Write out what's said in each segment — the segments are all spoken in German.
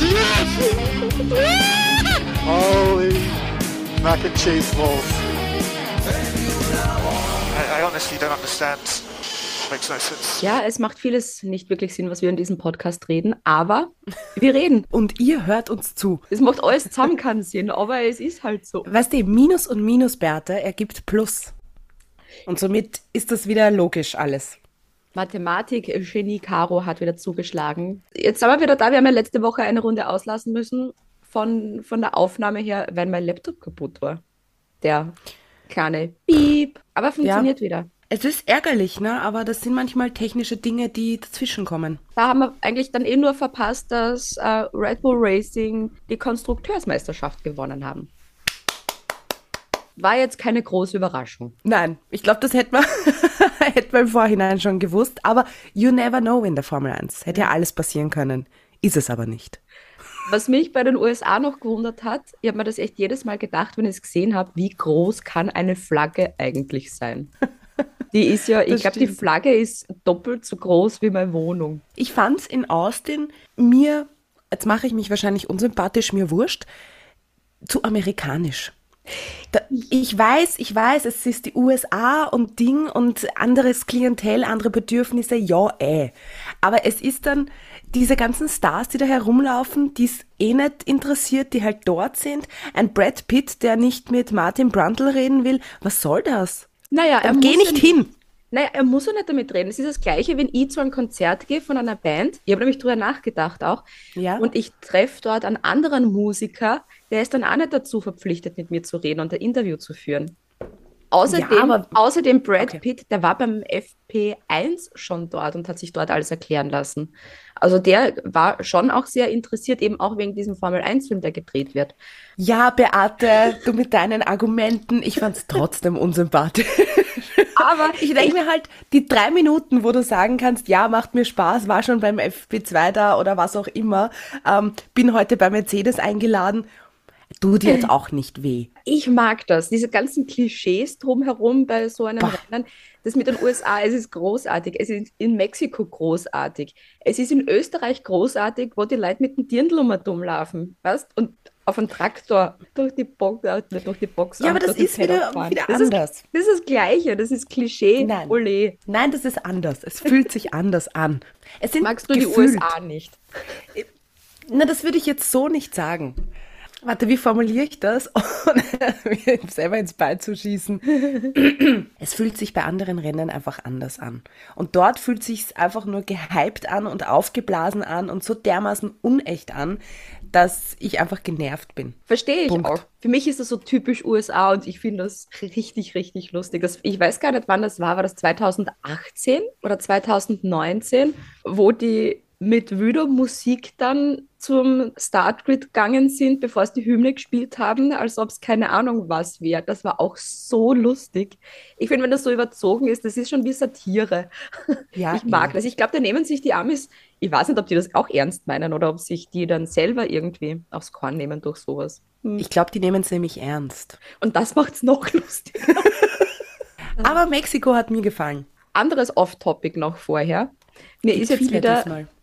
Holy mac and cheese balls. I honestly don't understand. Makes no sense. Ja, es macht vieles nicht wirklich Sinn, was wir in diesem Podcast reden, aber wir reden. Und ihr hört uns zu. Es macht alles zusammen keinen Sinn, aber es ist halt so. Weißt du, Minus und Minus, Bertha, ergibt Plus. Und somit ist das wieder logisch alles. Mathematik-Genie Caro hat wieder zugeschlagen. Jetzt sind wir wieder da. Wir haben ja letzte Woche eine Runde auslassen müssen von der Aufnahme her, weil mein Laptop kaputt war. Der kleine Piep. Aber funktioniert wieder. Es ist ärgerlich, ne? Aber das sind manchmal technische Dinge, die dazwischenkommen. Da haben wir eigentlich dann nur verpasst, dass Red Bull Racing die Konstrukteursmeisterschaft gewonnen haben. War jetzt keine große Überraschung. Nein, ich glaube, das hätte man, hätte man im Vorhinein schon gewusst. Aber you never know in der Formel 1. Hätte ja alles passieren können. Ist es aber nicht. Was mich bei den USA noch gewundert hat, ich habe mir das echt jedes Mal gedacht, wenn ich es gesehen habe, wie groß kann eine Flagge eigentlich sein? Die ist ja, ich glaube, die Flagge ist doppelt so groß wie meine Wohnung. Ich fand's in Austin jetzt mache ich mich wahrscheinlich unsympathisch, mir wurscht, zu amerikanisch. Ich weiß, es ist die USA und Ding und anderes Klientel, andere Bedürfnisse, ja, Aber es ist dann diese ganzen Stars, die da herumlaufen, die es nicht interessiert, die halt dort sind. Ein Brad Pitt, der nicht mit Martin Brundle reden will. Was soll das? Naja, Geh nicht hin. Naja, er muss ja nicht damit reden. Es ist das Gleiche, wenn ich zu einem Konzert gehe von einer Band. Ich habe nämlich drüber nachgedacht auch. Ja. Und ich treffe dort einen anderen Musiker, der ist dann auch nicht dazu verpflichtet, mit mir zu reden und ein Interview zu führen. Außerdem Brad Pitt, der war beim FP1 schon dort und hat sich dort alles erklären lassen. Also der war schon auch sehr interessiert, eben auch wegen diesem Formel-1-Film, der gedreht wird. Ja, Beate, du mit deinen Argumenten, ich fand's trotzdem unsympathisch. Aber ich denke mir halt, die 3 Minuten, wo du sagen kannst, ja, macht mir Spaß, war schon beim FP2 da oder was auch immer, bin heute bei Mercedes eingeladen, tut jetzt auch nicht weh. Ich mag das, diese ganzen Klischees drumherum bei so einem Rennen. Das mit den USA, es ist großartig, es ist in Mexiko großartig, es ist in Österreich großartig, wo die Leute mit dem Dirndl rumlaufen, weißt? Und auf einen Traktor durch die Box. Ja, aber das ist wieder anders. Das ist das Gleiche, das ist Klischee. Nein. Olé. Nein, das ist anders. Es fühlt sich anders an. Magst du die USA nicht? Na, das würde ich jetzt so nicht sagen. Warte, wie formuliere ich das, ohne mir selber ins Bein zu schießen? Es fühlt sich bei anderen Rennen einfach anders an. Und dort fühlt sich es einfach nur gehypt an und aufgeblasen an und so dermaßen unecht an, dass ich einfach genervt bin. Verstehe ich Punkt. auch. Für mich ist das so typisch USA und ich finde das richtig, richtig lustig. Ich weiß gar nicht, wann das war. War das 2018 oder 2019, wo die mit Wüder-Musik dann zum Startgrid gegangen sind, bevor es die Hymne gespielt haben, als ob es keine Ahnung was wäre. Das war auch so lustig. Ich finde, wenn das so überzogen ist, das ist schon wie Satire. Ja, ich mag das. Ich glaube, da nehmen sich die Amis, ich weiß nicht, ob die das auch ernst meinen oder ob sich die dann selber irgendwie aufs Korn nehmen durch sowas. Ich glaube, die nehmen es nämlich ernst. Und das macht es noch lustiger. Aber Mexiko hat mir gefallen. Anderes Off-Topic noch vorher. Mir ist jetzt wieder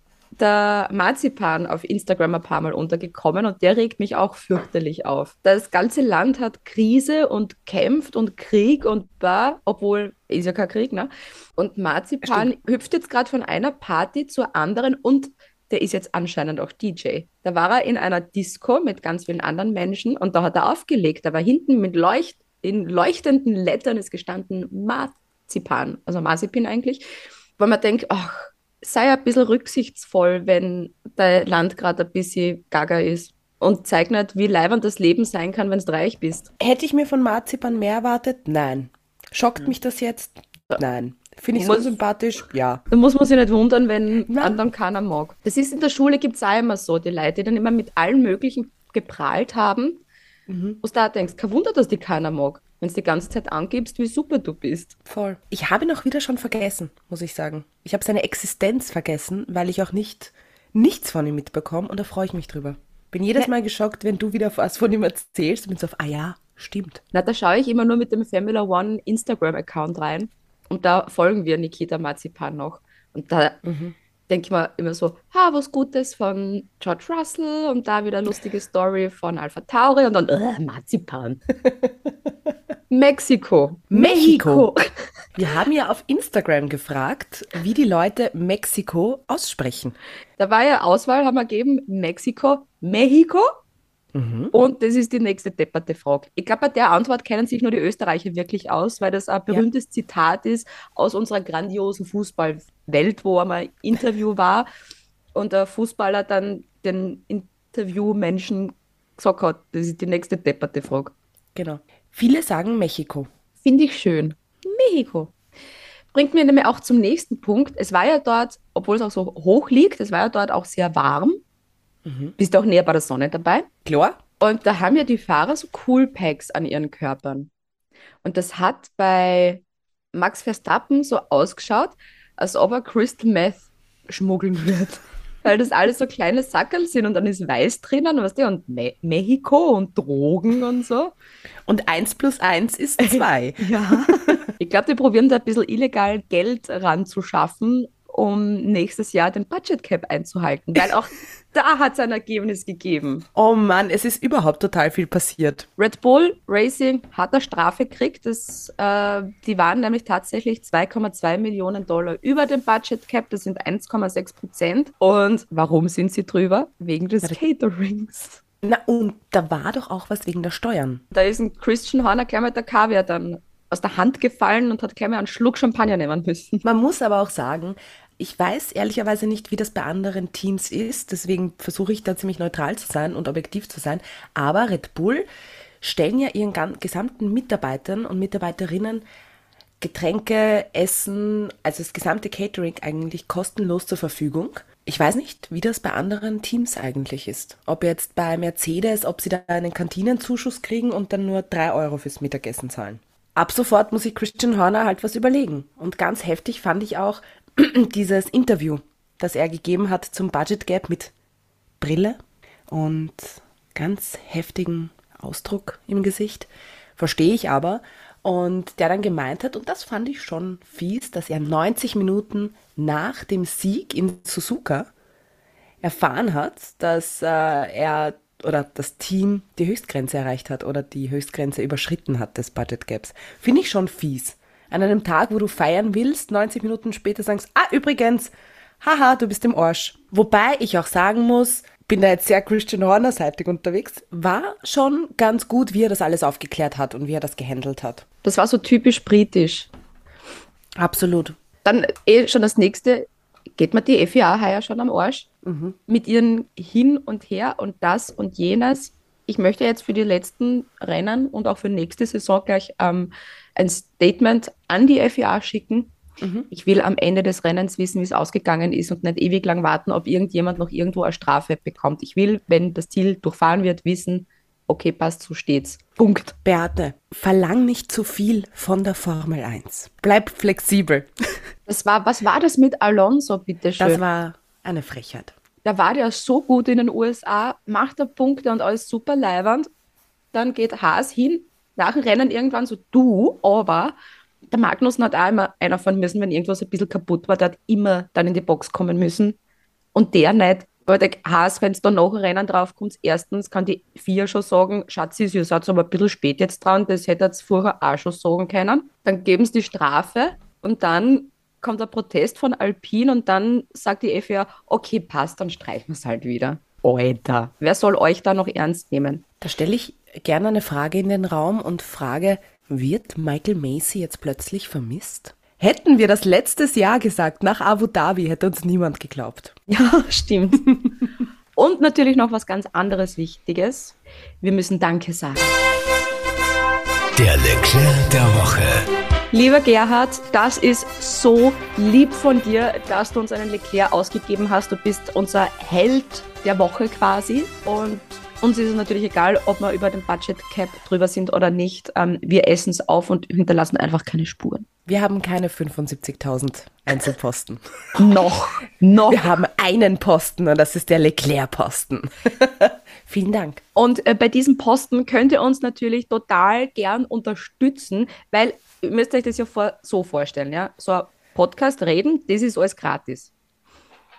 der Marzipan auf Instagram ein paar Mal untergekommen und der regt mich auch fürchterlich auf. Das ganze Land hat Krise und kämpft und Krieg und obwohl ist ja kein Krieg, ne? Und Marzipan hüpft jetzt gerade von einer Party zur anderen und der ist jetzt anscheinend auch DJ. Da war er in einer Disco mit ganz vielen anderen Menschen und da hat er aufgelegt. Da war hinten in leuchtenden Lettern ist gestanden Marzipan, also Marzipin eigentlich, weil man denkt, ach, sei ein bisschen rücksichtsvoll, wenn dein Land gerade ein bisschen gaga ist und zeig nicht, wie leibend das Leben sein kann, wenn du reich bist. Hätte ich mir von Marzipan mehr erwartet? Nein. Schockt mich das jetzt? Nein. Finde ich so sympathisch? Ja. Da muss man sich nicht wundern, wenn anderen keiner mag. Das ist in der Schule, gibt es auch immer so, die Leute, die dann immer mit allen möglichen geprahlt haben, wo du da denkst, kein Wunder, dass die keiner mag, wenn du die ganze Zeit angibst, wie super du bist. Voll. Ich habe ihn auch wieder schon vergessen, muss ich sagen. Ich habe seine Existenz vergessen, weil ich auch nichts von ihm mitbekomme und da freue ich mich drüber. Bin jedes Mal geschockt, wenn du wieder was von ihm erzählst und bin so auf, ja, stimmt. Na, da schaue ich immer nur mit dem Formula One Instagram-Account rein und da folgen wir Nikita Marzipan noch. Und da denke ich mir immer so, was Gutes von George Russell und da wieder lustige Story von Alpha Tauri und dann Marzipan. Mexiko. Mexiko. Wir haben ja auf Instagram gefragt, wie die Leute Mexiko aussprechen. Da war ja Auswahl, haben wir gegeben, Mexiko, Mexiko. Und das ist die nächste depperte Frage. Ich glaube, bei der Antwort kennen sich nur die Österreicher wirklich aus, weil das ein berühmtes Zitat ist aus unserer grandiosen Fußballwelt, wo einmal ein Interview war und der Fußballer dann den Interviewmenschen gesagt hat, das ist die nächste depperte Frage. Genau. Viele sagen Mexiko. Finde ich schön. Mexiko. Bringt mir nämlich auch zum nächsten Punkt. Es war ja dort, obwohl es auch so hoch liegt, es war ja dort auch sehr warm. Bist auch näher bei der Sonne dabei. Klar. Und da haben ja die Fahrer so Coolpacks an ihren Körpern. Und das hat bei Max Verstappen so ausgeschaut, als ob er Crystal Meth schmuggeln wird. Weil das alles so kleine Sackerl sind und dann ist Weiß drinnen, weißt du, und Mexiko und Drogen und so. Und 1 + 1 ist 2. Ja. Ich glaube, die probieren da ein bisschen illegal Geld ranzuschaffen, um nächstes Jahr den Budget Cap einzuhalten, weil auch da hat es ein Ergebnis gegeben. Oh Mann, es ist überhaupt total viel passiert. Red Bull Racing hat eine Strafe gekriegt. Die waren nämlich tatsächlich 2,2 Millionen Dollar über dem Budget Cap. Das sind 1,6%. Und warum sind sie drüber? Wegen des Caterings. Na, und da war doch auch was wegen der Steuern. Da ist ein Christian Horner gleich mit der Kaviar dann aus der Hand gefallen und hat gleich mal einen Schluck Champagner nehmen müssen. Man muss aber auch sagen, ich weiß ehrlicherweise nicht, wie das bei anderen Teams ist. Deswegen versuche ich da ziemlich neutral zu sein und objektiv zu sein. Aber Red Bull stellen ja ihren gesamten Mitarbeitern und Mitarbeiterinnen Getränke, Essen, also das gesamte Catering eigentlich kostenlos zur Verfügung. Ich weiß nicht, wie das bei anderen Teams eigentlich ist. Ob jetzt bei Mercedes, ob sie da einen Kantinenzuschuss kriegen und dann nur 3 Euro fürs Mittagessen zahlen. Ab sofort muss sich Christian Horner halt was überlegen. Und ganz heftig fand ich auch dieses Interview, das er gegeben hat zum Budget Gap mit Brille und ganz heftigen Ausdruck im Gesicht. Verstehe ich aber. Und der dann gemeint hat, und das fand ich schon fies, dass er 90 Minuten nach dem Sieg in Suzuka erfahren hat, dass er oder das Team die Höchstgrenze erreicht hat oder die Höchstgrenze überschritten hat des Budget Gaps. Finde ich schon fies. An einem Tag, wo du feiern willst, 90 Minuten später sagst, übrigens, haha, du bist im Arsch. Wobei ich auch sagen muss, bin da jetzt sehr Christian Horner-seitig unterwegs, war schon ganz gut, wie er das alles aufgeklärt hat und wie er das gehandelt hat. Das war so typisch britisch. Absolut. Dann schon das nächste, geht mir die FIA heuer schon am Arsch mit ihren Hin und Her und das und jenes. Ich möchte jetzt für die letzten Rennen und auch für nächste Saison gleich ein Statement an die FIA schicken. Ich will am Ende des Rennens wissen, wie es ausgegangen ist und nicht ewig lang warten, ob irgendjemand noch irgendwo eine Strafe bekommt. Ich will, wenn das Ziel durchfahren wird, wissen, okay, passt, so steht's. Punkt. Beate, verlang nicht zu viel von der Formel 1. Bleib flexibel. Was war das mit Alonso, bitteschön? Das war eine Frechheit. Da war der so gut in den USA, macht er Punkte und alles super leibernd. Dann geht Haas hin, nach dem Rennen irgendwann so, aber der Magnussen hat auch immer einer von müssen, wenn irgendwas ein bisschen kaputt war, der hat immer dann in die Box kommen müssen. Und der nicht. Weil der Haas, wenn es dann noch ein Rennen drauf kommt, erstens kann die FIA schon sagen, Schatzi, ihr seid aber ein bisschen spät jetzt dran, das hätte jetzt vorher auch schon sagen können. Dann geben sie die Strafe und dann kommt der Protest von Alpine und dann sagt die FIA, okay, passt, dann streichen wir es halt wieder. Alter, wer soll euch da noch ernst nehmen? Da stelle ich gerne eine Frage in den Raum und frage, wird Michael Macy jetzt plötzlich vermisst? Hätten wir das letztes Jahr gesagt, nach Abu Dhabi, hätte uns niemand geglaubt. Ja, stimmt. Und natürlich noch was ganz anderes Wichtiges. Wir müssen Danke sagen. Der Leclerc der Woche. Lieber Gerhard, das ist so lieb von dir, dass du uns einen Leclerc ausgegeben hast. Du bist unser Held der Woche quasi. Und uns ist es natürlich egal, ob wir über den Budget Cap drüber sind oder nicht. Wir essen es auf und hinterlassen einfach keine Spuren. Wir haben keine 75.000 Einzelposten. Noch. Wir haben einen Posten und das ist der Leclerc-Posten. Vielen Dank. Und bei diesem Posten könnt ihr uns natürlich total gern unterstützen, weil ihr müsst euch das ja so vorstellen, ja, so ein Podcast reden, das ist alles gratis.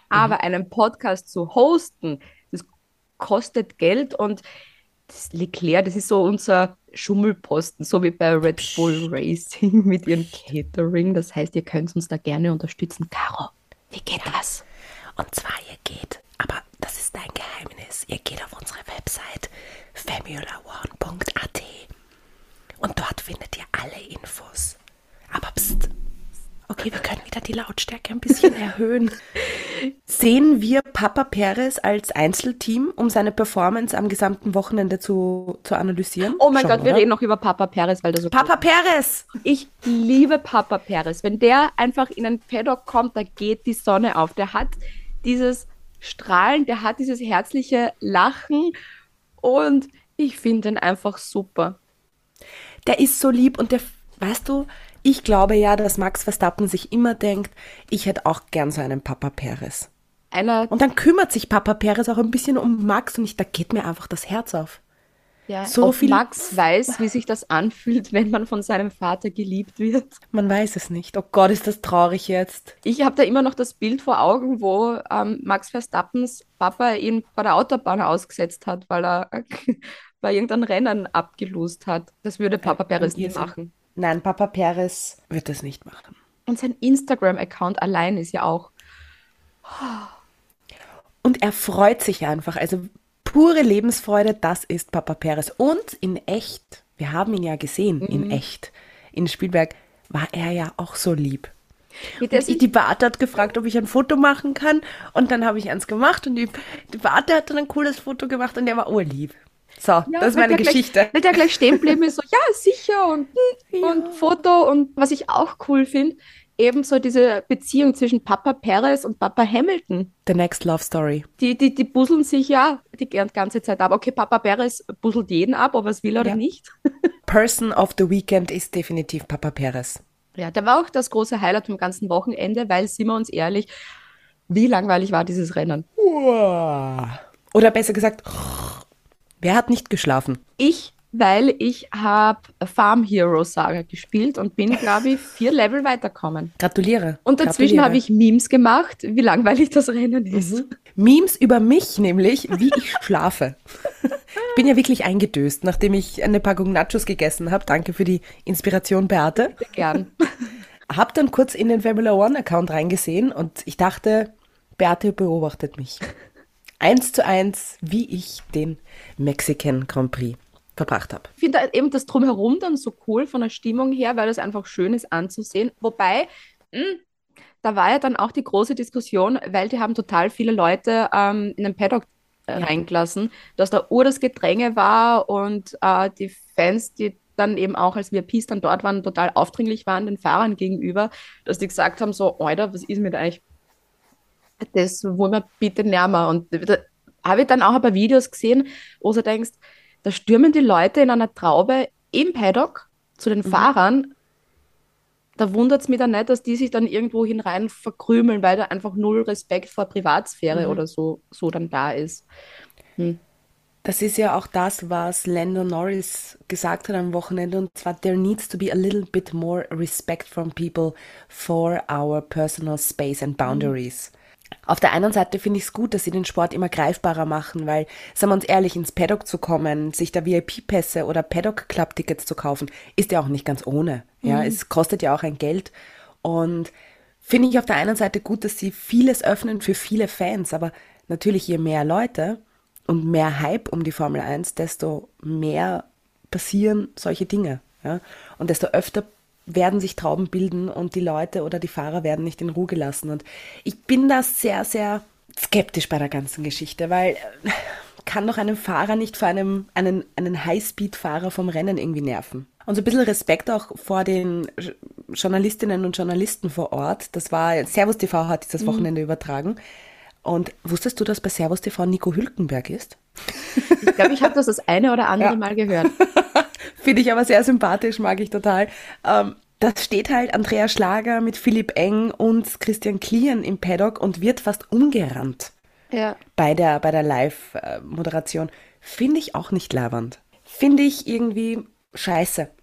Aber einen Podcast zu hosten, das kostet Geld und das Leclerc, das ist so unser Schummelposten, so wie bei Red Bull Racing mit ihrem Catering. Das heißt, ihr könnt uns da gerne unterstützen. Caro, wie geht das? Und zwar, ihr geht, aber das ist dein Geheimnis, ihr geht auf unsere Website formula1.at und dort findet ihr alle Infos. Aber pst, okay, wir können wieder die Lautstärke ein bisschen erhöhen. Sehen wir Papa Perez als Einzelteam, um seine Performance am gesamten Wochenende zu analysieren? Oh mein Schon, Gott, wir oder? reden noch über Papa Perez, weil der so Papa Perez! Ich liebe Papa Perez. Wenn der einfach in einen Paddock kommt, da geht die Sonne auf. Der hat dieses Strahlen, der hat dieses herzliche Lachen und ich finde ihn einfach super. Der ist so lieb und der, weißt du, ich glaube ja, dass Max Verstappen sich immer denkt, ich hätte auch gern so einen Papa Perez. Und dann kümmert sich Papa Perez auch ein bisschen um Max und da geht mir einfach das Herz auf. Ja, so ob viel Max weiß, wie sich das anfühlt, wenn man von seinem Vater geliebt wird. Man weiß es nicht. Oh Gott, ist das traurig jetzt. Ich habe da immer noch das Bild vor Augen, wo Max Verstappens Papa ihn bei der Autobahn ausgesetzt hat, weil er bei irgendeinem Rennen abgelost hat. Das würde Papa Perez nie machen. Nein, Papa Perez wird das nicht machen. Und sein Instagram-Account allein ist ja auch... Und er freut sich einfach. Also pure Lebensfreude, das ist Papa Perez. Und in echt, wir haben ihn ja gesehen, in echt, in Spielberg, war er ja auch so lieb. Die Beate hat gefragt, ob ich ein Foto machen kann. Und dann habe ich eins gemacht und die Beate hat dann ein cooles Foto gemacht und der war urlieb. So, ja, das ist meine Geschichte. Weil der gleich stehen geblieben ist, so, ja, sicher und Foto. Und was ich auch cool finde, ebenso diese Beziehung zwischen Papa Perez und Papa Hamilton. The next love story. Die busseln sich ja die ganze Zeit ab. Okay, Papa Perez busselt jeden ab, ob er es will oder nicht. Person of the Weekend ist definitiv Papa Perez. Ja, der war auch das große Highlight vom ganzen Wochenende, weil, sind wir uns ehrlich, wie langweilig war dieses Rennen? Oder besser gesagt, wer hat nicht geschlafen? Ich, weil ich habe Farm Hero Saga gespielt und bin, glaube ich, 4 Level weitergekommen. Gratuliere. Und dazwischen habe ich Memes gemacht, wie langweilig das Rennen ist. Memes über mich nämlich, wie ich schlafe. Ich bin ja wirklich eingedöst, nachdem ich eine Packung Nachos gegessen habe. Danke für die Inspiration, Beate. Bitte gern. Hab dann kurz in den Formula One Account reingesehen und ich dachte, Beate beobachtet mich. 1:1, wie ich den Mexican Grand Prix verbracht habe. Ich finde eben das Drumherum dann so cool von der Stimmung her, weil das einfach schön ist anzusehen. Wobei, da war ja dann auch die große Diskussion, weil die haben total viele Leute in den Paddock reingelassen, dass da das Gedränge war und die Fans, die dann eben auch als VIPs dann dort waren, total aufdringlich waren den Fahrern gegenüber, dass die gesagt haben, so, Alter, was ist mit euch? Das wollen wir bitte näher. Und da habe ich dann auch ein paar Videos gesehen, wo du denkst, da stürmen die Leute in einer Traube im Paddock zu den Fahrern. Da wundert es mich dann nicht, dass die sich dann irgendwo hinein verkrümeln, weil da einfach null Respekt vor Privatsphäre oder so dann da ist. Das ist ja auch das, was Lando Norris gesagt hat am Wochenende, und zwar, there needs to be a little bit more respect from people for our personal space and boundaries. Auf der einen Seite finde ich es gut, dass sie den Sport immer greifbarer machen, weil, sagen wir uns ehrlich, ins Paddock zu kommen, sich da VIP-Pässe oder Paddock-Club-Tickets zu kaufen, ist ja auch nicht ganz ohne. Ja, es kostet ja auch ein Geld. Und finde ich auf der einen Seite gut, dass sie vieles öffnen für viele Fans, aber natürlich je mehr Leute und mehr Hype um die Formel 1, desto mehr passieren solche Dinge. Ja? Und desto öfter werden sich Trauben bilden und die Leute oder die Fahrer werden nicht in Ruhe gelassen. Und ich bin da sehr, sehr skeptisch bei der ganzen Geschichte, weil kann doch einen Fahrer nicht vor einen Highspeed-Fahrer vom Rennen irgendwie nerven. Und so ein bisschen Respekt auch vor den Journalistinnen und Journalisten vor Ort. Das war, Servus TV hat dieses Wochenende übertragen. Und wusstest du, dass bei Servus TV Nico Hülkenberg ist? Ich glaube, ich habe das eine oder andere Mal gehört. Finde ich aber sehr sympathisch, mag ich total. Da steht halt Andrea Schlager mit Philipp Eng und Christian Klien im Paddock und wird fast umgerannt bei der Live-Moderation. Finde ich auch nicht leibernd. Finde ich irgendwie scheiße.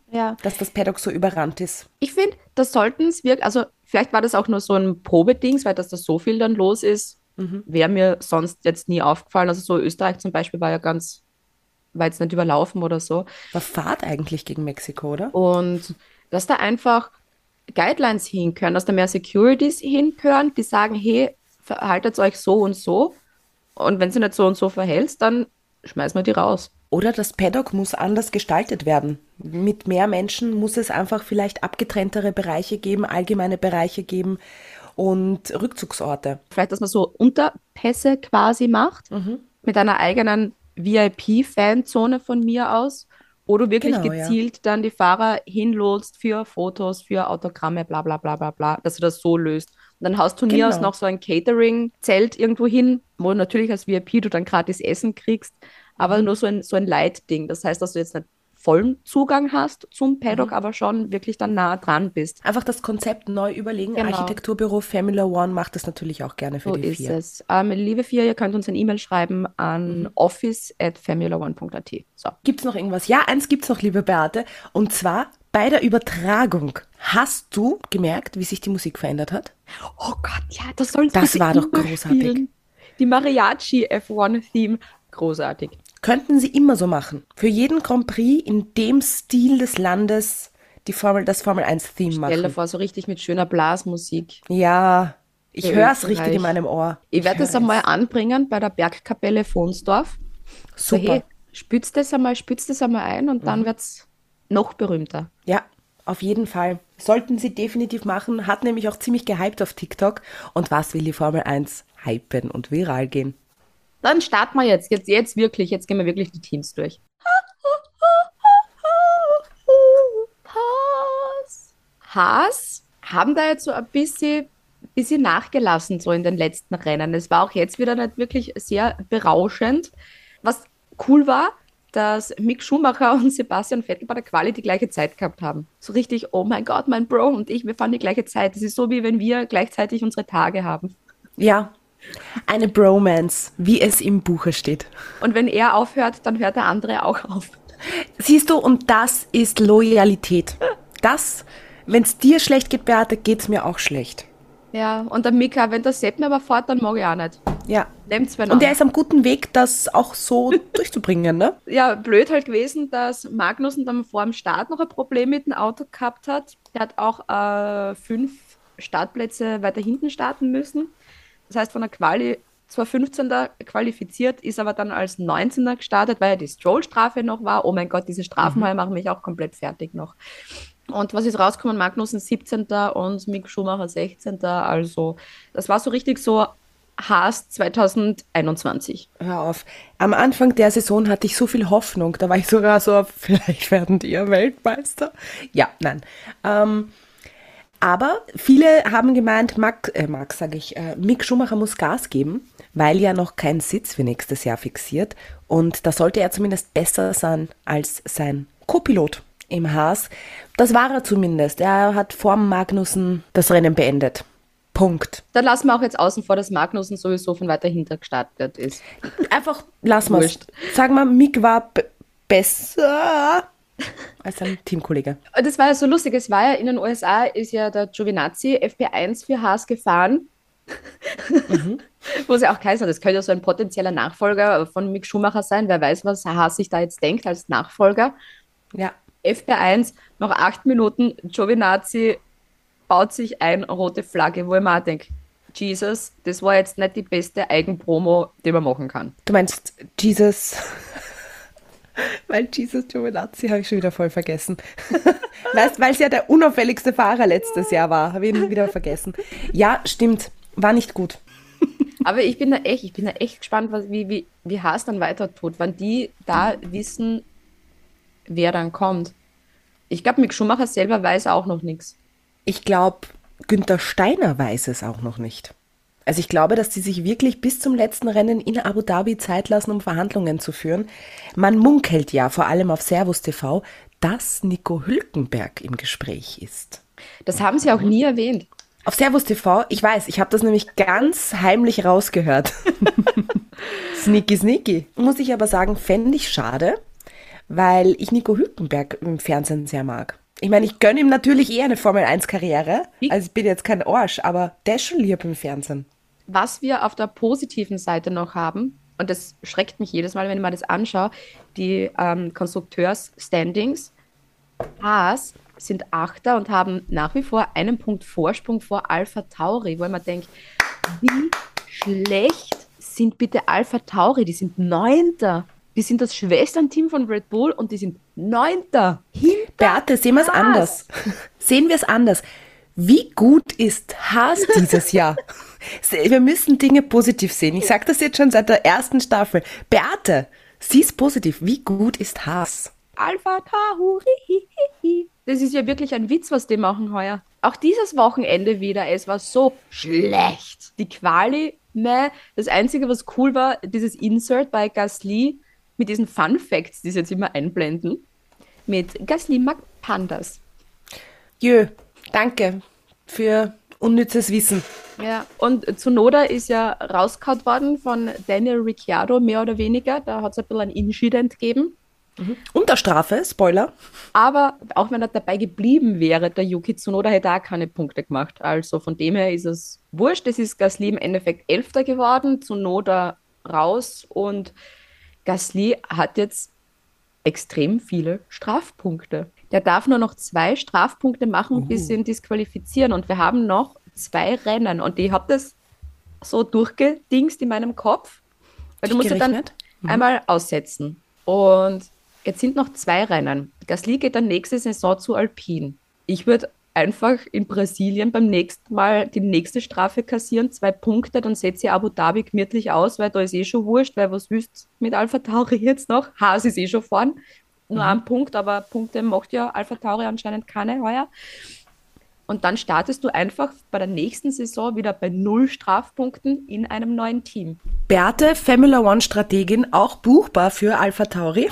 Ja. dass das Paddock so überrannt ist. Ich finde, das sollten es wirklich, also vielleicht war das auch nur so ein Probedings, weil dass da so viel dann los ist, wäre mir sonst jetzt nie aufgefallen. Also so Österreich zum Beispiel war jetzt nicht überlaufen oder so. War Fahrt eigentlich gegen Mexiko, oder? Und dass da einfach Guidelines hinkören, dass da mehr Securities hinkören, die sagen, hey, verhaltet euch so und so. Und wenn sie nicht so und so verhältst, dann schmeißen wir die raus. Oder das Paddock muss anders gestaltet werden. Mit mehr Menschen muss es einfach vielleicht abgetrenntere Bereiche geben, allgemeine Bereiche geben und Rückzugsorte. Vielleicht, dass man so Unterpässe quasi macht, mit einer eigenen VIP-Fanzone von mir aus, wo du wirklich Genau, gezielt dann die Fahrer hinlotst für Fotos, für Autogramme, bla bla bla bla bla, dass du das so löst. Und dann haust du mir aus noch so ein Catering-Zelt irgendwo hin, wo natürlich als VIP du dann gratis Essen kriegst, aber nur so ein Light-Ding. Das heißt, dass du jetzt nicht vollen Zugang hast zum Paddock, aber schon wirklich dann nah dran bist. Einfach das Konzept neu überlegen. Genau. Architekturbüro Formula One macht das natürlich auch gerne für So die ist vier. es. Liebe vier, ihr könnt uns eine E-Mail schreiben an office@formula1.at. So. Gibt's noch irgendwas? Ja, eins gibt's noch, liebe Beate. Und zwar bei der Übertragung. Hast du gemerkt, wie sich die Musik verändert hat? Oh Gott, ja, das soll Das war doch großartig. Die Mariachi F1-Theme, großartig. Könnten sie immer so machen. Für jeden Grand Prix in dem Stil des Landes das Formel-1-Theme Stell dir machen. vor, so richtig mit schöner Blasmusik. Ja, ich Für höre es Österreich. richtig in meinem Ohr. Ich werde das höre einmal es. anbringen bei der Bergkapelle Fonsdorf. So, Super. hey, spitzt das einmal ein und dann wird es noch berühmter. Ja, auf jeden Fall. Sollten sie definitiv machen. Hat nämlich auch ziemlich gehypt auf TikTok. Und was will die Formel 1? Hypen und viral gehen. Dann starten wir jetzt wirklich, jetzt gehen wir wirklich die Teams durch. Haas haben da jetzt so ein bisschen nachgelassen, so in den letzten Rennen. Es war auch jetzt wieder nicht wirklich sehr berauschend. Was cool war, dass Mick Schumacher und Sebastian Vettel bei der Quali die gleiche Zeit gehabt haben. So richtig, oh mein Gott, mein Bro und ich, wir fahren die gleiche Zeit. Das ist so, wie wenn wir gleichzeitig unsere Tage haben. Ja, eine Bromance, wie es im Buche steht. Und wenn er aufhört, dann hört der andere auch auf. Siehst du, und das ist Loyalität. Das, wenn es dir schlecht geht, Beate, geht's mir auch schlecht. Ja, und der Mika, wenn der Sepp mir aber fährt, dann mag ich auch nicht. Ja. Nehmt's mir Und der ist am guten Weg, das auch so durchzubringen, ne? Ja, blöd halt gewesen, dass Magnussen dann vor dem Start noch ein Problem mit dem Auto gehabt hat. Der hat auch 5 Startplätze weiter hinten starten müssen. Das heißt, von der Quali zwar 15. qualifiziert, ist aber dann als 19. gestartet, weil ja die Stroll-Strafe noch war. Oh mein Gott, diese Strafen machen mich auch komplett fertig noch. Und was ist rausgekommen? Magnussen 17. und Mick Schumacher 16. Also das war so richtig so Haas 2021. Hör auf. Am Anfang der Saison hatte ich so viel Hoffnung. Da war ich sogar so, vielleicht werden die ja Weltmeister. Ja, nein. Aber viele haben gemeint, Mick Schumacher muss Gas geben, weil ja noch kein Sitz für nächstes Jahr fixiert. Und da sollte er zumindest besser sein als sein Co-Pilot im Haas. Das war er zumindest. Er hat vor Magnussen das Rennen beendet. Punkt. Dann lassen wir auch jetzt außen vor, dass Magnussen sowieso von weiter hinter gestartet ist. Einfach lassen wir es. Wurscht. Sagen wir, Mick war besser als sein Teamkollege. Und das war ja so lustig, es war ja in den USA, ist ja der Giovinazzi FP1 für Haas gefahren. Wo es ja auch geheißen hat, das könnte ja so ein potenzieller Nachfolger von Mick Schumacher sein. Wer weiß, was Haas sich da jetzt denkt als Nachfolger. Ja. FP1, noch 8 Minuten, Giovinazzi baut sich ein, rote Flagge, wo ich mir auch denke, Jesus, das war jetzt nicht die beste Eigenpromo, die man machen kann. Du meinst Jesus, weil Jesus Giovinazzi habe ich schon wieder voll vergessen. Weißt, weil es ja der unauffälligste Fahrer letztes Jahr war, habe ich ihn wieder vergessen. Ja, stimmt, war nicht gut. Aber ich bin da echt gespannt, wie Haas dann weiter tut, wann die da wissen, wer dann kommt. Ich glaube, Mick Schumacher selber weiß auch noch nichts. Ich glaube, Günther Steiner weiß es auch noch nicht. Also ich glaube, dass die sich wirklich bis zum letzten Rennen in Abu Dhabi Zeit lassen, um Verhandlungen zu führen. Man munkelt ja, vor allem auf Servus TV, dass Nico Hülkenberg im Gespräch ist. Das haben sie auch nie erwähnt. Auf Servus TV, ich weiß, ich habe das nämlich ganz heimlich rausgehört. Sneaky, sneaky. Muss ich aber sagen, fände ich schade, weil ich Nico Hülkenberg im Fernsehen sehr mag. Ich meine, ich gönne ihm natürlich eher eine Formel-1-Karriere. Also ich bin jetzt kein Arsch, aber der ist schon lieb im Fernsehen. Was wir auf der positiven Seite noch haben, und das schreckt mich jedes Mal, wenn ich mir das anschaue, die Konstrukteurs-Standings. Haas sind Achter und haben nach wie vor einen Punkt Vorsprung vor Alpha Tauri, wo ich mir denke, wie schlecht sind bitte Alpha Tauri? Die sind Neunter. Die sind das Schwesternteam von Red Bull und die sind Neunter. Beate, sehen wir es anders. Sehen wir es anders. Wie gut ist Haas dieses Jahr? Wir müssen Dinge positiv sehen. Ich sage das jetzt schon seit der ersten Staffel. Beate, sieh es positiv. Wie gut ist Haas? Alpha Tauri. Das ist ja wirklich ein Witz, was die machen heuer. Auch dieses Wochenende wieder. Es war so schlecht. Die Quali, das Einzige, was cool war, dieses Insert bei Gasly mit diesen Fun Facts, die sie jetzt immer einblenden. Mit Gasly mag Pandas. Danke für unnützes Wissen. Ja, und Tsunoda ist ja rausgehauen worden von Daniel Ricciardo, mehr oder weniger. Da hat es ein bisschen ein Incident gegeben. Unter Strafe, Spoiler. Aber auch wenn er dabei geblieben wäre, der Yuki Tsunoda hätte auch keine Punkte gemacht. Also von dem her ist es wurscht. Es ist Gasly im Endeffekt Elfter geworden, Tsunoda raus und Gasly hat jetzt extrem viele Strafpunkte. Der darf nur noch 2 Strafpunkte machen, bis sie ihn disqualifizieren. Und wir haben noch 2 Rennen. Und ich habe das so durchgedingst in meinem Kopf. Weil du musst ja dann einmal aussetzen. Und jetzt sind noch 2 Rennen. Gasly geht dann nächste Saison zu Alpine. Ich würde einfach in Brasilien beim nächsten Mal die nächste Strafe kassieren, 2 Punkte, dann setze ich Abu Dhabi gemütlich aus, weil da ist eh schon wurscht, weil was willst mit Alpha Tauri jetzt noch? Haas ist eh schon vorn. Nur ein Punkt, aber Punkte macht ja Alpha Tauri anscheinend keine heuer. Und dann startest du einfach bei der nächsten Saison wieder bei 0 Strafpunkten in einem neuen Team. Beate, Formula One-Strategin, auch buchbar für Alpha Tauri.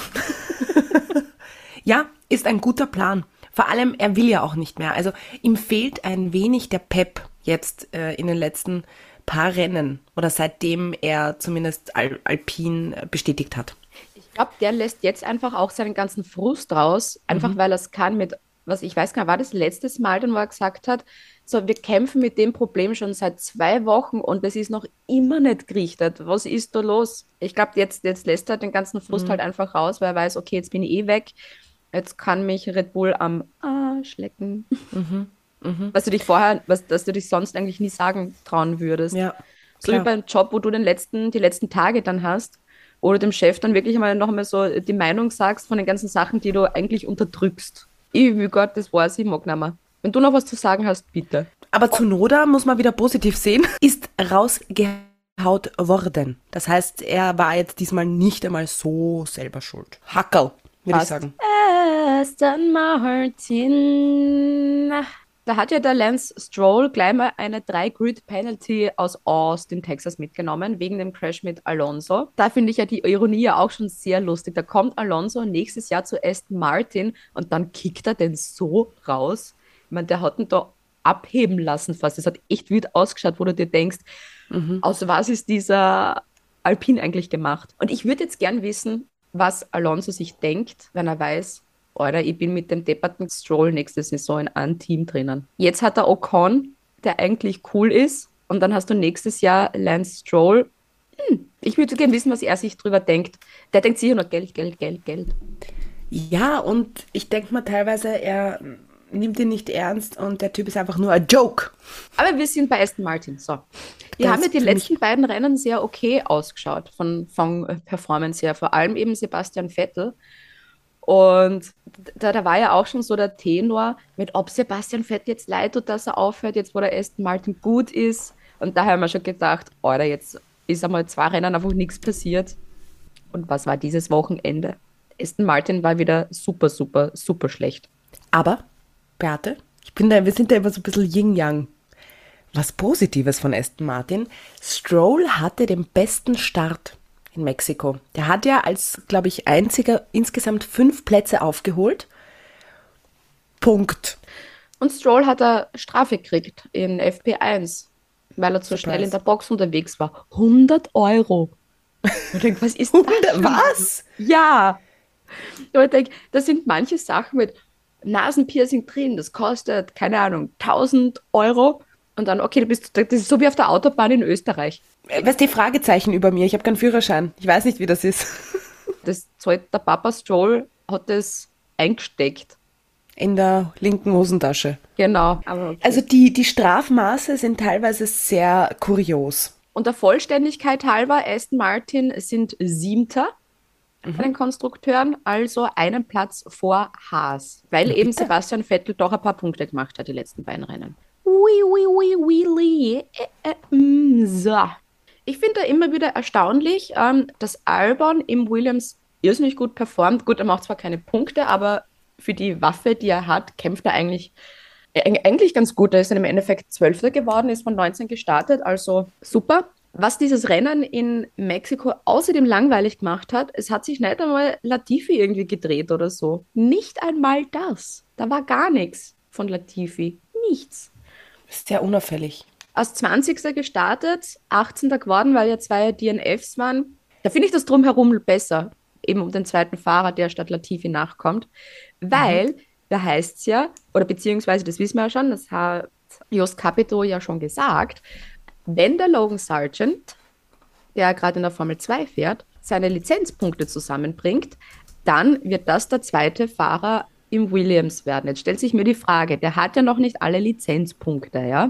Ja, ist ein guter Plan. Vor allem, er will ja auch nicht mehr. Also ihm fehlt ein wenig der Pep jetzt in den letzten paar Rennen oder seitdem er zumindest Alpine bestätigt hat. Ich glaube, der lässt jetzt einfach auch seinen ganzen Frust raus, einfach weil er es kann mit, was ich weiß gar nicht, war das letztes Mal, dann, wo er gesagt hat, so, wir kämpfen mit dem Problem schon seit 2 Wochen und es ist noch immer nicht gerichtet. Was ist da los? Ich glaube, jetzt lässt er den ganzen Frust halt einfach raus, weil er weiß, okay, jetzt bin ich eh weg. Jetzt kann mich Red Bull am Arsch lecken. Was du dich dass du dich sonst eigentlich nie sagen trauen würdest. Ja, so wie beim Job, wo du die letzten Tage dann hast, oder dem Chef dann wirklich noch einmal so die Meinung sagst von den ganzen Sachen, die du eigentlich unterdrückst. Wie Gott, das weiß ich, mag nicht mehr. Wenn du noch was zu sagen hast, bitte. Aber Tsunoda, muss man wieder positiv sehen, ist rausgehaut worden. Das heißt, er war jetzt diesmal nicht einmal so selber schuld. Hackerl, würde ich sagen. Aston Martin. Da hat ja der Lance Stroll gleich mal eine 3-Grid-Penalty aus Austin, Texas mitgenommen, wegen dem Crash mit Alonso. Da finde ich ja die Ironie ja auch schon sehr lustig. Da kommt Alonso nächstes Jahr zu Aston Martin und dann kickt er den so raus. Ich meine, der hat ihn da abheben lassen fast. Das hat echt wütend ausgeschaut, wo du dir denkst, aus was ist dieser Alpine eigentlich gemacht? Und ich würde jetzt gern wissen, was Alonso sich denkt, wenn er weiß, Alter, ich bin mit dem depperten Stroll nächste Saison in einem Team drinnen. Jetzt hat er Ocon, der eigentlich cool ist. Und dann hast du nächstes Jahr Lance Stroll. Ich würde gerne wissen, was er sich drüber denkt. Der denkt sicher nur Geld, Geld, Geld, Geld. Ja, und ich denke mal teilweise, er nimmt ihn nicht ernst und der Typ ist einfach nur ein Joke. Aber wir sind bei Aston Martin. So. Die haben ja die letzten beiden Rennen sehr okay ausgeschaut, von Performance her. Vor allem eben Sebastian Vettel. Und da war ja auch schon so der Tenor, mit ob Sebastian Vettel jetzt leid tut, dass er aufhört, jetzt wo der Aston Martin gut ist. Und da haben wir schon gedacht, Alter, jetzt ist einmal 2 Rennen einfach nichts passiert. Und was war dieses Wochenende? Aston Martin war wieder super, super, super schlecht. Aber, Beate, wir sind da immer so ein bisschen Yin-Yang. Was Positives von Aston Martin. Stroll hatte den besten Start in Mexiko. Der hat ja als, glaube ich, einziger insgesamt 5 Plätze aufgeholt. Punkt. Und Stroll hat eine Strafe gekriegt in FP1, weil er zu schnell in der Box unterwegs war. 100 Euro. Ich denke, was ist das? Was? Ja. Aber ich denke, da sind manche Sachen mit Nasenpiercing drin, das kostet, keine Ahnung, 1.000 € und dann, okay, das ist so wie auf der Autobahn in Österreich. Was die Fragezeichen über mir? Ich habe keinen Führerschein. Ich weiß nicht, wie das ist. Das zahlt der Papa Stroll, hat das eingesteckt. In der linken Hosentasche. Genau. Aber okay. Also die Strafmaße sind teilweise sehr kurios. Und der Vollständigkeit halber, Aston Martin sind 7. bei den Konstrukteuren, also einen Platz vor Haas. Weil eben Sebastian Vettel doch ein paar Punkte gemacht hat, die letzten beiden Rennen. So. Ich finde da immer wieder erstaunlich, dass Albon im Williams irrsinnig gut performt. Gut, er macht zwar keine Punkte, aber für die Waffe, die er hat, kämpft er eigentlich ganz gut. Er ist dann im Endeffekt 12. geworden, ist von 19 gestartet, also super. Was dieses Rennen in Mexiko außerdem langweilig gemacht hat, es hat sich nicht einmal Latifi irgendwie gedreht oder so. Nicht einmal das. Da war gar nichts von Latifi. Nichts. Sehr unauffällig. Als 20. gestartet, 18. geworden, weil ja 2 DNFs waren. Da finde ich das drumherum besser, eben um den zweiten Fahrer, der statt Latifi nachkommt. Weil, da heißt es ja, oder beziehungsweise, das wissen wir ja schon, das hat Jost Capito ja schon gesagt, wenn der Logan Sargent, der gerade in der Formel 2 fährt, seine Lizenzpunkte zusammenbringt, dann wird das der zweite Fahrer im Williams werden. Jetzt stellt sich mir die Frage, der hat ja noch nicht alle Lizenzpunkte, ja?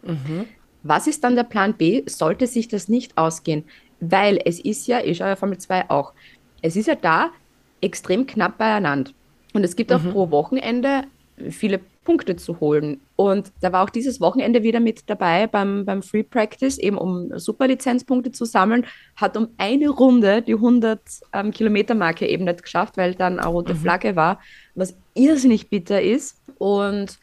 Was ist dann der Plan B? Sollte sich das nicht ausgehen? Weil es ist ja, ich schaue ja Formel 2 auch, es ist ja da extrem knapp beieinander. Und es gibt auch pro Wochenende viele Punkte zu holen. Und da war auch dieses Wochenende wieder mit dabei beim Free Practice, eben um Superlizenzpunkte zu sammeln, hat um eine Runde die 100-Kilometer-Marke eben nicht geschafft, weil dann eine rote Flagge war, was irrsinnig bitter ist. Und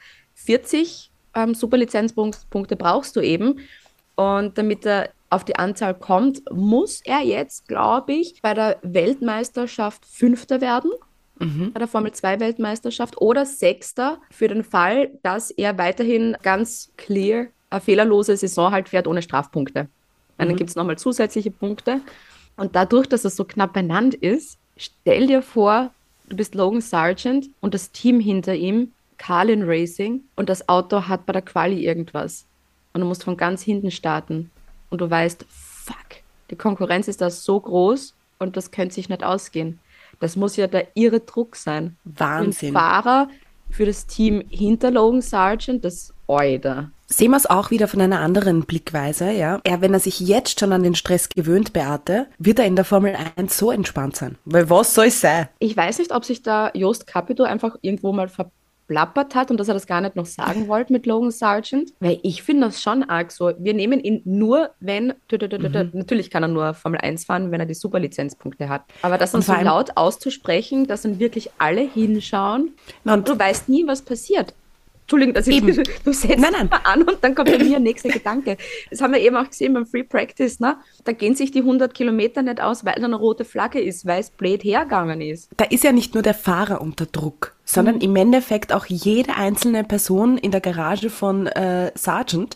40 Superlizenzpunkte brauchst du eben. Und damit er auf die Anzahl kommt, muss er jetzt, glaube ich, bei der Weltmeisterschaft 5. werden. Bei der Formel 2 Weltmeisterschaft oder 6. für den Fall, dass er weiterhin ganz clear eine fehlerlose Saison halt fährt ohne Strafpunkte. Dann gibt es nochmal zusätzliche Punkte. Und dadurch, dass es so knapp beieinander ist, stell dir vor, du bist Logan Sargent und das Team hinter ihm, Carlin Racing, und das Auto hat bei der Quali irgendwas. Und du musst von ganz hinten starten. Und du weißt, fuck, die Konkurrenz ist da so groß und das könnte sich nicht ausgehen. Das muss ja der irre Druck sein. Wahnsinn. Für den Fahrer, für das Team hinter Logan Sargent, das Oida. Sehen wir es auch wieder von einer anderen Blickweise, ja. Wenn er sich jetzt schon an den Stress gewöhnt, Beate, wird er in der Formel 1 so entspannt sein. Weil was soll es sein? Ich weiß nicht, ob sich da Jost Capito einfach irgendwo mal verplappert hat und dass er das gar nicht noch sagen wollte mit Logan Sargent. Weil ich finde das schon arg so. Wir nehmen ihn nur, wenn, natürlich kann er nur Formel 1 fahren, wenn er die Superlizenzpunkte hat. Aber das dann so laut auszusprechen, dass dann wirklich alle hinschauen und du weißt nie, was passiert. Entschuldigung, dass du setzt mal an und dann kommt bei mir der nächste Gedanke. Das haben wir eben auch gesehen beim Free Practice, ne? Da gehen sich die 100 Kilometer nicht aus, weil da eine rote Flagge ist, weil es blöd hergegangen ist. Da ist ja nicht nur der Fahrer unter Druck, sondern im Endeffekt auch jede einzelne Person in der Garage von Sargent,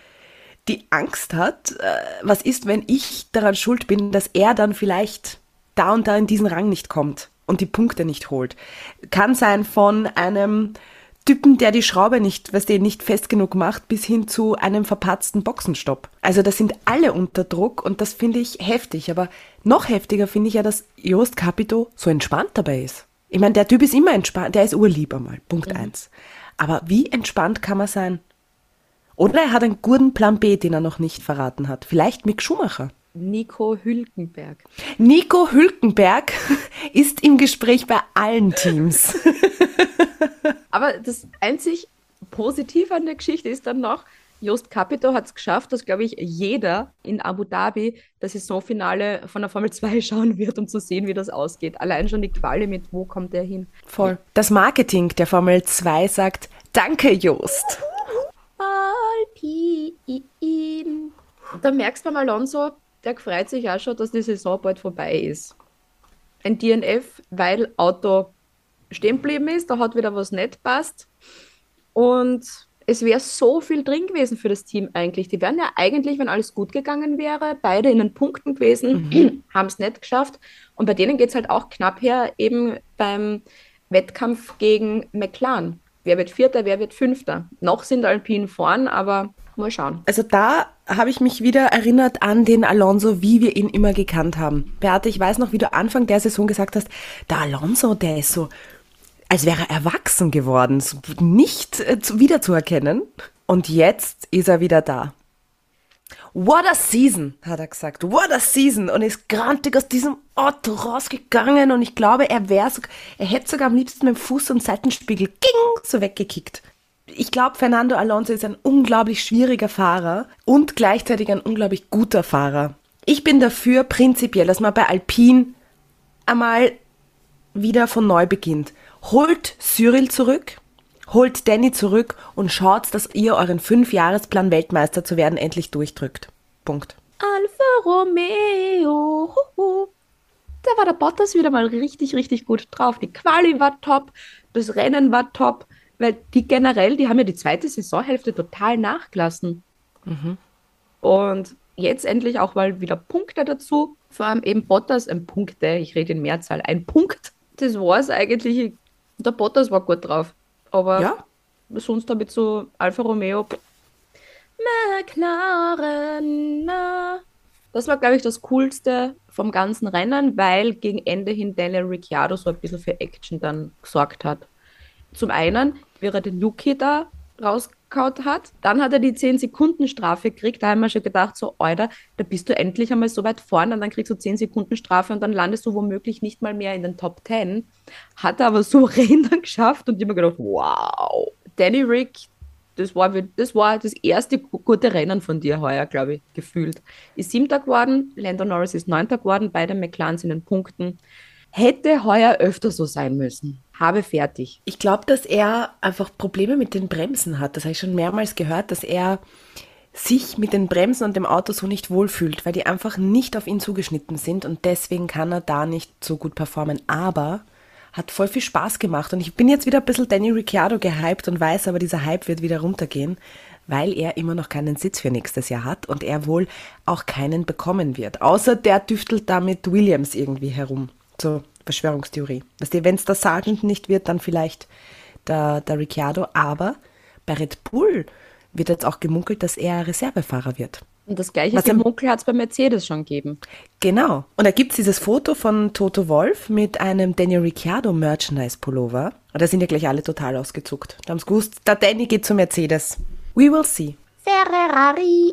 die Angst hat, was ist, wenn ich daran schuld bin, dass er dann vielleicht da und da in diesen Rang nicht kommt und die Punkte nicht holt. Kann sein von einem Typen, der die Schraube nicht fest genug macht, bis hin zu einem verpatzten Boxenstopp. Also das sind alle unter Druck und das finde ich heftig. Aber noch heftiger finde ich ja, dass Jost Capito so entspannt dabei ist. Ich meine, der Typ ist immer entspannt, der ist urlieb einmal, Punkt 1. Aber wie entspannt kann man sein? Oder er hat einen guten Plan B, den er noch nicht verraten hat. Vielleicht Mick Schumacher. Nico Hülkenberg. Nico Hülkenberg ist im Gespräch bei allen Teams. Aber das einzig Positive an der Geschichte ist dann noch, Jost Capito hat es geschafft, dass, glaube ich, jeder in Abu Dhabi das Saisonfinale von der Formel 2 schauen wird, um zu sehen, wie das ausgeht. Allein schon die Quali mit, wo kommt der hin? Voll. Das Marketing der Formel 2 sagt, danke Jost. Alpin. Da merkst du beim Alonso, der freut sich auch schon, dass die Saison bald vorbei ist. Ein DNF, weil Auto stehen geblieben ist, da hat wieder was nicht passt. Und es wäre so viel drin gewesen für das Team eigentlich. Die wären ja eigentlich, wenn alles gut gegangen wäre, beide in den Punkten gewesen, haben es nicht geschafft. Und bei denen geht es halt auch knapp her, eben beim Wettkampf gegen McLaren. Wer wird Vierter, wer wird Fünfter? Noch sind Alpine vorn, aber mal schauen. Also da habe ich mich wieder erinnert an den Alonso, wie wir ihn immer gekannt haben. Beate, ich weiß noch, wie du Anfang der Saison gesagt hast, der Alonso, der ist so, als wäre er erwachsen geworden, so nicht wiederzuerkennen. Und jetzt ist er wieder da. What a season, hat er gesagt. What a season. Und ist grantig aus diesem Auto rausgegangen. Und ich glaube, er hätte sogar am liebsten mit dem Fuß am Seitenspiegel so weggekickt. Ich glaube, Fernando Alonso ist ein unglaublich schwieriger Fahrer und gleichzeitig ein unglaublich guter Fahrer. Ich bin dafür prinzipiell, dass man bei Alpine einmal wieder von neu beginnt. Holt Cyril zurück, holt Danny zurück und schaut, dass ihr euren 5-Jahresplan Weltmeister zu werden endlich durchdrückt. Punkt. Alfa Romeo. Da war der Bottas wieder mal richtig, richtig gut drauf. Die Quali war top, das Rennen war top, weil die generell, die haben ja die zweite Saisonhälfte total nachgelassen. Und jetzt endlich auch mal wieder Punkte dazu. Vor allem eben Bottas, Punkte, ich rede in Mehrzahl, ein Punkt. Das war es eigentlich. Der Bottas war gut drauf. Aber Ja? sonst damit so Alfa Romeo, McLaren. Das war, glaube ich, das Coolste vom ganzen Rennen, weil gegen Ende hin Daniel Ricciardo so ein bisschen für Action dann gesorgt hat. Zum einen, wie er den Yuki da rausgehauen hat, dann hat er die 10-Sekunden-Strafe gekriegt. Da haben wir schon gedacht, so, Alter, da bist du endlich einmal so weit vorne und dann kriegst du 10-Sekunden-Strafe und dann landest du womöglich nicht mal mehr in den Top 10. Hat er aber souverän dann geschafft und ich habe mir gedacht, wow, Danny Rick, das war das erste gute Rennen von dir heuer, glaube ich, gefühlt. Ist 7. geworden, Lando Norris ist 9. geworden, beide McLaren sind in Punkten. Hätte heuer öfter so sein müssen. Habe fertig. Ich glaube, dass er einfach Probleme mit den Bremsen hat. Das habe ich schon mehrmals gehört, dass er sich mit den Bremsen und dem Auto so nicht wohlfühlt, weil die einfach nicht auf ihn zugeschnitten sind und deswegen kann er da nicht so gut performen. Aber hat voll viel Spaß gemacht und ich bin jetzt wieder ein bisschen Danny Ricciardo gehypt und weiß aber, dieser Hype wird wieder runtergehen, weil er immer noch keinen Sitz für nächstes Jahr hat und er wohl auch keinen bekommen wird. Außer der tüftelt da mit Williams irgendwie herum. So, Verschwörungstheorie. Wenn es der Sargent nicht wird, dann vielleicht der Ricciardo. Aber bei Red Bull wird jetzt auch gemunkelt, dass er Reservefahrer wird. Und das gleiche Gemunkel hat es bei Mercedes schon gegeben. Genau. Und da gibt es dieses Foto von Toto Wolff mit einem Daniel Ricciardo Merchandise-Pullover. Und da sind ja gleich alle total ausgezuckt. Da haben sie gewusst, der Danny geht zu Mercedes. We will see. Ferrari.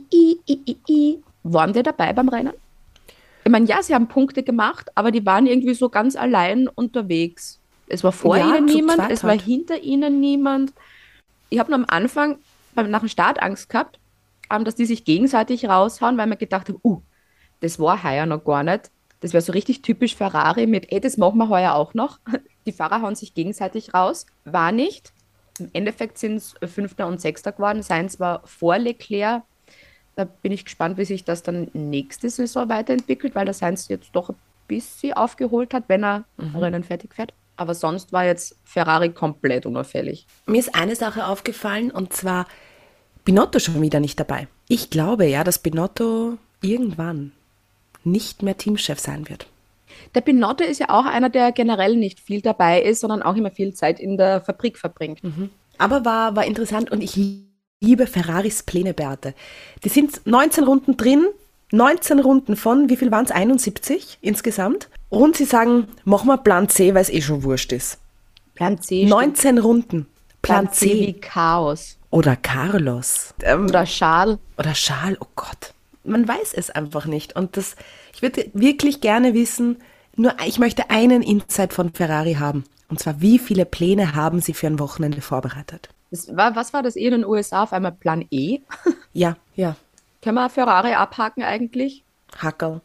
Waren die dabei beim Rennen? Ich meine, ja, sie haben Punkte gemacht, aber die waren irgendwie so ganz allein unterwegs. Es war vor ihnen niemand, es war hinter ihnen niemand. Ich habe nur am Anfang, nach dem Start Angst gehabt, dass die sich gegenseitig raushauen, weil man gedacht habe, das war heuer noch gar nicht. Das wäre so richtig typisch Ferrari mit, das machen wir heuer auch noch. Die Fahrer hauen sich gegenseitig raus. War nicht. Im Endeffekt sind es 5. und 6. geworden. Sainz war vor Leclerc. Da bin ich gespannt, wie sich das dann nächste Saison weiterentwickelt, weil der Sainz jetzt doch ein bisschen aufgeholt hat, wenn er Rennen fertig fährt. Aber sonst war jetzt Ferrari komplett unauffällig. Mir ist eine Sache aufgefallen und zwar Binotto schon wieder nicht dabei. Ich glaube ja, dass Binotto irgendwann nicht mehr Teamchef sein wird. Der Binotto ist ja auch einer, der generell nicht viel dabei ist, sondern auch immer viel Zeit in der Fabrik verbringt. Aber war interessant und ich liebe Ferraris Pläne, Beate. Die sind 19 Runden drin, 19 Runden von, wie viel waren es, 71 insgesamt. Und sie sagen, mach mal Plan C, weil es eh schon wurscht ist. Plan C. 19 Runden. Plan C. wie Chaos. Oder Carlos. Oder Charles. Oder Charles, oh Gott. Man weiß es einfach nicht. Und ich würde wirklich gerne wissen, ich möchte einen Insight von Ferrari haben. Und zwar, wie viele Pläne haben sie für ein Wochenende vorbereitet? Was war das in den USA? Auf einmal Plan E? Ja. Können wir Ferrari abhaken eigentlich? Hackerl.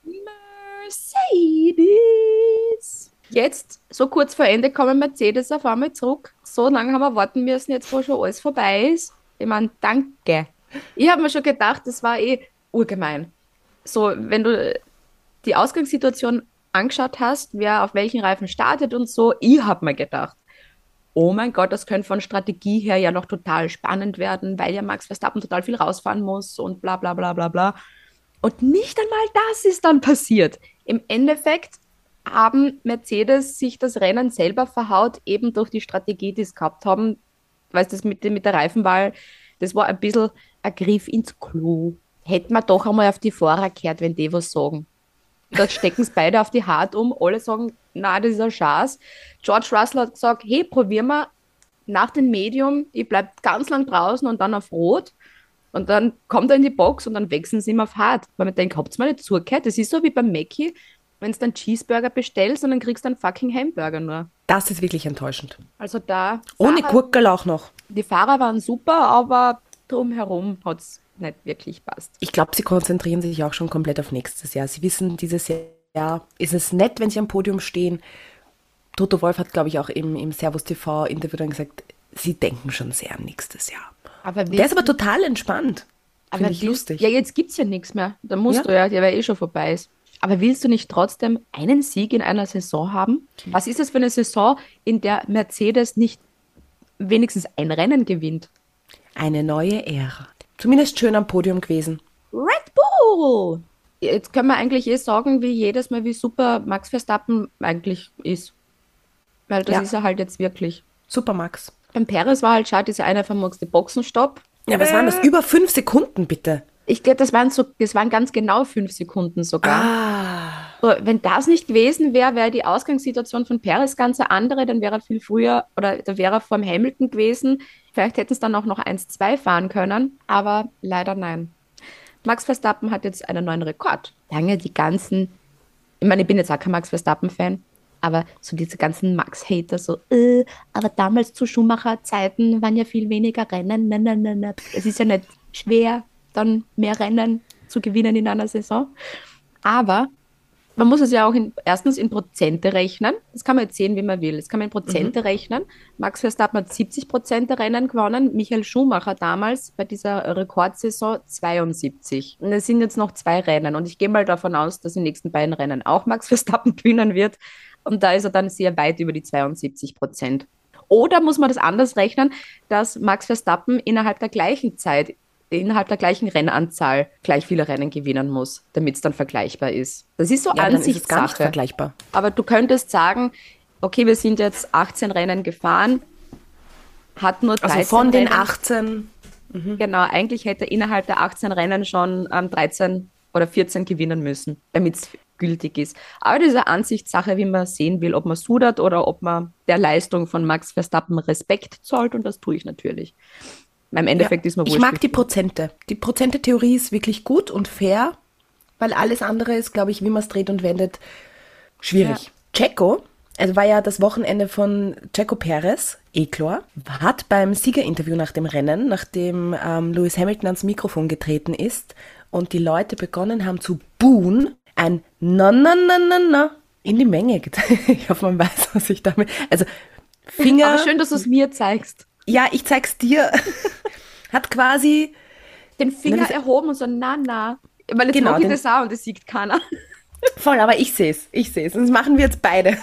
Mercedes. Jetzt, so kurz vor Ende, kommen Mercedes auf einmal zurück. So lange haben wir warten müssen, jetzt wo schon alles vorbei ist. Ich meine, danke. Ich habe mir schon gedacht, das war urgemein. So, wenn du die Ausgangssituation angeschaut hast, wer auf welchen Reifen startet und so, ich habe mir gedacht, oh mein Gott, das könnte von Strategie her ja noch total spannend werden, weil ja Max Verstappen total viel rausfahren muss und bla bla bla bla bla. Und nicht einmal das ist dann passiert. Im Endeffekt haben Mercedes sich das Rennen selber verhaut, eben durch die Strategie, die sie gehabt haben. Weißt du, das mit der Reifenwahl, das war ein bisschen ein Griff ins Klo. Hätten wir doch einmal auf die Fahrer gehört, wenn die was sagen. Da stecken es beide auf die Hart um. Alle sagen, na, das ist ein Schatz. George Russell hat gesagt, hey, probieren wir nach dem Medium, ich bleibe ganz lang draußen und dann auf Rot. Und dann kommt er in die Box und dann wechseln sie ihm auf hart. Weil man denkt, habt ihr mal nicht zugehört? Das ist so wie beim Mackie, wenn du einen Cheeseburger bestellst und dann kriegst du einen fucking Hamburger nur. Das ist wirklich enttäuschend. Also da... Ohne Gurkel auch noch. Die Fahrer waren super, aber drumherum hat es nicht wirklich passt. Ich glaube, sie konzentrieren sich auch schon komplett auf nächstes Jahr. Sie wissen, dieses Jahr ist es nett, wenn sie am Podium stehen. Toto Wolff hat, glaube ich, auch im Servus TV-Interview dann gesagt, sie denken schon sehr an nächstes Jahr. Der ist aber total entspannt. Finde ich lustig. Ja, jetzt gibt es ja nichts mehr. Da musst du ja, der weil schon vorbei ist. Aber willst du nicht trotzdem einen Sieg in einer Saison haben? Was ist das für eine Saison, in der Mercedes nicht wenigstens ein Rennen gewinnt? Eine neue Ära. Zumindest schön am Podium gewesen. Red Bull! Jetzt können wir eigentlich sagen, wie jedes Mal, wie super Max Verstappen eigentlich ist. Weil das ist er halt jetzt wirklich. Super, Max. Beim Perez war halt schade, dieser eine vermurkste Boxenstopp. Ja, was waren das? Über 5 Sekunden, bitte. Ich glaube, das waren ganz genau 5 Sekunden sogar. So, wenn das nicht gewesen wäre, wäre die Ausgangssituation von Perez ganz eine andere, dann wäre er viel früher, oder da wäre er vor dem Hamilton gewesen. Vielleicht hätten es dann auch noch 1-2 fahren können, aber leider nein. Max Verstappen hat jetzt einen neuen Rekord. Lange die ganzen, ich meine, ich bin jetzt auch kein Max Verstappen-Fan, aber so diese ganzen Max-Hater, so, aber damals zu Schumacher-Zeiten waren ja viel weniger Rennen. Nein. Es ist ja nicht schwer, dann mehr Rennen zu gewinnen in einer Saison. Aber man muss es ja auch erstens in Prozente rechnen. Das kann man jetzt sehen, wie man will. Das kann man in Prozente rechnen. Max Verstappen hat 70% der Rennen gewonnen. Michael Schumacher damals bei dieser Rekordsaison 72. Und es sind jetzt noch 2 Rennen. Und ich gehe mal davon aus, dass die nächsten beiden Rennen auch Max Verstappen gewinnen wird. Und da ist er dann sehr weit über die 72%. Oder muss man das anders rechnen, dass Max Verstappen innerhalb der gleichen Zeit, innerhalb der gleichen Rennanzahl gleich viele Rennen gewinnen muss, damit es dann vergleichbar ist. Das ist so Ansichtssache. Gar nicht vergleichbar. Aber du könntest sagen, okay, wir sind jetzt 18 Rennen gefahren, hat nur 13 Also von Rennen. den 18. Genau, eigentlich hätte er innerhalb der 18 Rennen schon 13 oder 14 gewinnen müssen, damit es gültig ist. Aber das ist eine Ansichtssache, wie man sehen will, ob man sudert oder ob man der Leistung von Max Verstappen Respekt zollt, und das tue ich natürlich. Im Endeffekt ist mir wurscht. Ich mag die Prozente. Die Prozente-Theorie ist wirklich gut und fair, weil alles andere ist, glaube ich, wie man es dreht und wendet, schwierig. Checo, also war ja das Wochenende von Checo Perez, klar, hat beim Siegerinterview nach dem Rennen, nachdem Lewis Hamilton ans Mikrofon getreten ist und die Leute begonnen haben zu buhen, ein Na in die Menge getan. Ich hoffe, man weiß, was ich damit... Also Finger... Aber schön, dass du es mir zeigst. Ja, ich zeig's dir. Hat quasi... Den Finger erhoben und so, na. Weil jetzt mache ich das auch und das sieht keiner. Voll, aber ich sehe es. Und das machen wir jetzt beide.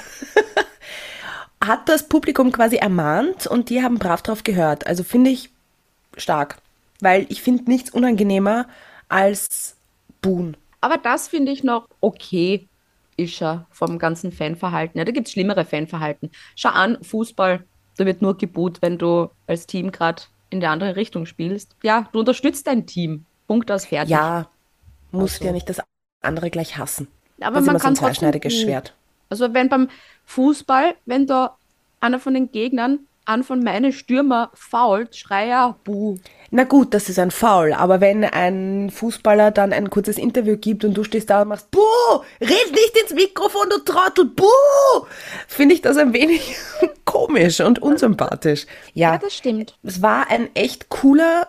Hat das Publikum quasi ermahnt und die haben brav drauf gehört. Also finde ich stark. Weil ich finde nichts unangenehmer als buhen. Aber das finde ich noch okay, ist ja vom ganzen Fanverhalten. Ja, da gibt es schlimmere Fanverhalten. Schau an, Fußball, da wird nur geboot, wenn du als Team gerade in der andere Richtung spielst. Ja, du unterstützt dein Team. Punkt aus, fertig. Ja, musst ja nicht das andere gleich hassen. Aber das ist man immer kann so ein zweischneidiges Schwert. Also wenn beim Fußball, wenn da einer von den Gegnern an von meinen Stürmer fault, schrei ja, buh. Na gut, das ist ein Foul, aber wenn ein Fußballer dann ein kurzes Interview gibt und du stehst da und machst, buh, red nicht ins Mikrofon, du Trottel, buh, finde ich das ein wenig komisch und unsympathisch. Ja, das stimmt. Es war ein echt cooles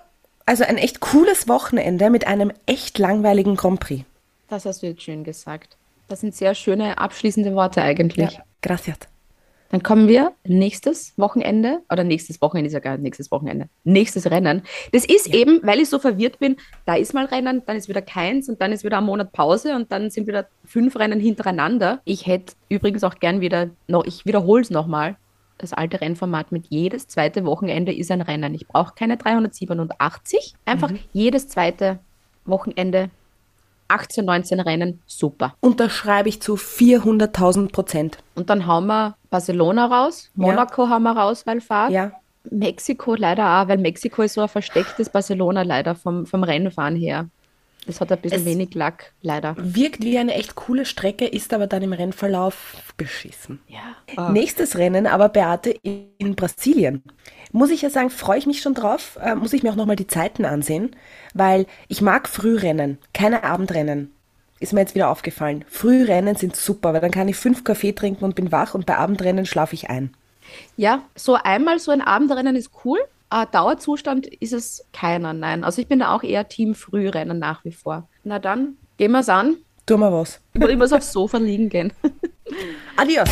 Wochenende mit einem echt langweiligen Grand Prix. Das hast du jetzt schön gesagt. Das sind sehr schöne abschließende Worte eigentlich. Ja, gracias. Dann kommen wir nächstes Wochenende, oder nächstes Wochenende ist ja gar nicht nächstes Wochenende, nächstes Rennen. Das ist eben, weil ich so verwirrt bin, da ist mal Rennen, dann ist wieder keins und dann ist wieder ein Monat Pause und dann sind wieder 5 Rennen hintereinander. Ich hätte übrigens auch gern wieder, ich wiederhole es nochmal, das alte Rennformat mit jedes zweite Wochenende ist ein Rennen. Ich brauche keine 387, einfach jedes zweite Wochenende 18, 19 Rennen, super. Unterschreibe ich zu 400.000%. Und dann hauen wir Barcelona raus, Monaco haben wir raus, weil Fahrt. Ja. Mexiko leider auch, weil Mexiko ist so ein verstecktes Barcelona leider vom Rennfahren her. Das hat ein bisschen wenig Lack, leider. Wirkt wie eine echt coole Strecke, ist aber dann im Rennverlauf beschissen. Ja. Nächstes Rennen, aber Beate, in Brasilien. Muss ich ja sagen, freue ich mich schon drauf, muss ich mir auch nochmal die Zeiten ansehen, weil ich mag Frührennen, keine Abendrennen. Ist mir jetzt wieder aufgefallen. Frührennen sind super, weil dann kann ich 5 Kaffee trinken und bin wach und bei Abendrennen schlafe ich ein. Ja, so einmal so ein Abendrennen ist cool. Dauerzustand ist es keiner, nein. Also ich bin da auch eher Team Frührennen nach wie vor. Na dann, gehen wir's an. Tun wir was. Ich muss aufs Sofa liegen gehen. Adios.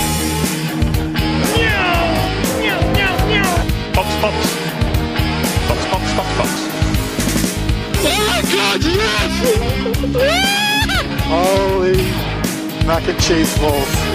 Box, Box. Box, Box, Box, Box. Holy mac and cheese balls.